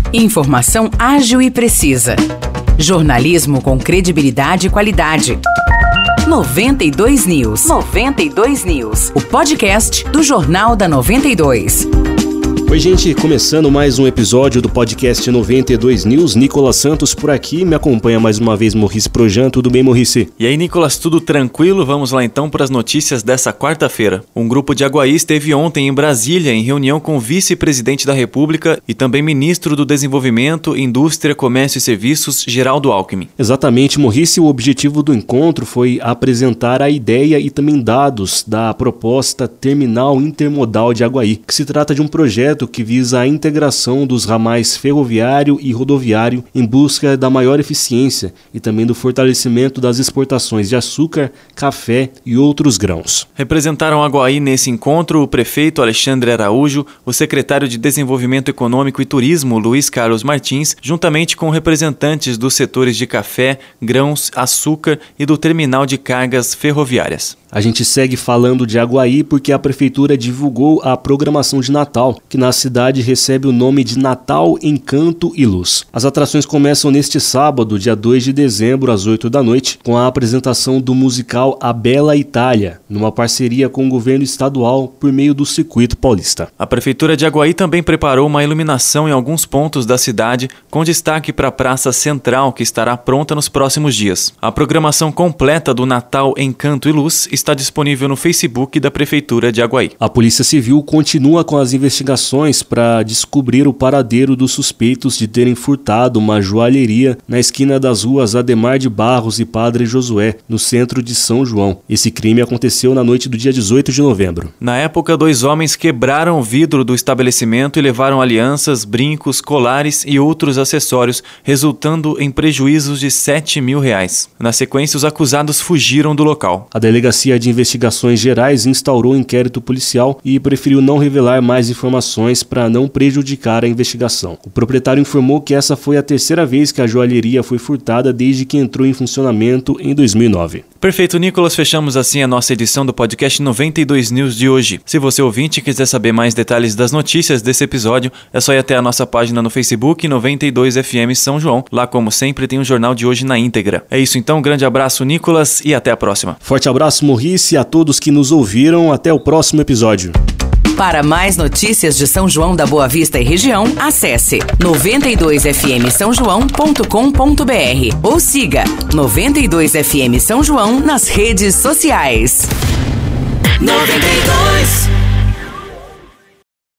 Informação ágil e precisa. Jornalismo com credibilidade e qualidade. 92 News. 92 News. O podcast do Jornal da 92. Oi, gente, começando mais um episódio do podcast 92 News. Nicolas Santos por aqui, me acompanha mais uma vez Morrice Projan. Tudo bem, Morrice? E aí, Nicolas, tudo tranquilo? Vamos lá então para as notícias dessa quarta-feira. Um grupo de Aguaí esteve ontem em Brasília em reunião com o vice-presidente da República e também ministro do Desenvolvimento, Indústria, Comércio e Serviços, Geraldo Alckmin. Exatamente, Morrice, o objetivo do encontro foi apresentar a ideia e também dados da proposta Terminal Intermodal de Aguaí, que se trata de um projeto que visa a integração dos ramais ferroviário e rodoviário em busca da maior eficiência e também do fortalecimento das exportações de açúcar, café e outros grãos. Representaram Aguaí nesse encontro o prefeito Alexandre Araújo, o secretário de Desenvolvimento Econômico e Turismo Luiz Carlos Martins, juntamente com representantes dos setores de café, grãos, açúcar e do terminal de cargas ferroviárias. A gente segue falando de Aguaí porque a prefeitura divulgou a programação de Natal, que na cidade recebe o nome de Natal, Encanto e Luz. As atrações começam neste sábado, dia 2 de dezembro, às 8 da noite, com a apresentação do musical A Bela Itália, numa parceria com o governo estadual por meio do Circuito Paulista. A prefeitura de Aguaí também preparou uma iluminação em alguns pontos da cidade, com destaque para a Praça Central, que estará pronta nos próximos dias. A programação completa do Natal, Encanto e Luz está disponível no Facebook da Prefeitura de Aguaí. A Polícia Civil continua com as investigações para descobrir o paradeiro dos suspeitos de terem furtado uma joalheria na esquina das ruas Ademar de Barros e Padre Josué, no centro de São João. Esse crime aconteceu na noite do dia 18 de novembro. Na época, 2 homens quebraram o vidro do estabelecimento e levaram alianças, brincos, colares e outros acessórios, resultando em prejuízos de R$7 mil. Na sequência, os acusados fugiram do local. A Delegacia de Investigações Gerais instaurou um inquérito policial e preferiu não revelar mais informações para não prejudicar a investigação. O proprietário informou que essa foi a terceira vez que a joalheria foi furtada desde que entrou em funcionamento em 2009. Perfeito, Nicolas. Fechamos assim a nossa edição do podcast 92 News de hoje. Se você ouvinte quiser saber mais detalhes das notícias desse episódio, é só ir até a nossa página no Facebook 92FM São João. Lá, como sempre, tem o jornal de hoje na íntegra. É isso então, grande abraço, Nicolas, e até a próxima. Forte abraço, Morrice, a todos que nos ouviram. Até o próximo episódio. Para mais notícias de São João da Boa Vista e região, acesse 92fmsaojão.com.br ou siga 92FM São João nas redes sociais. 92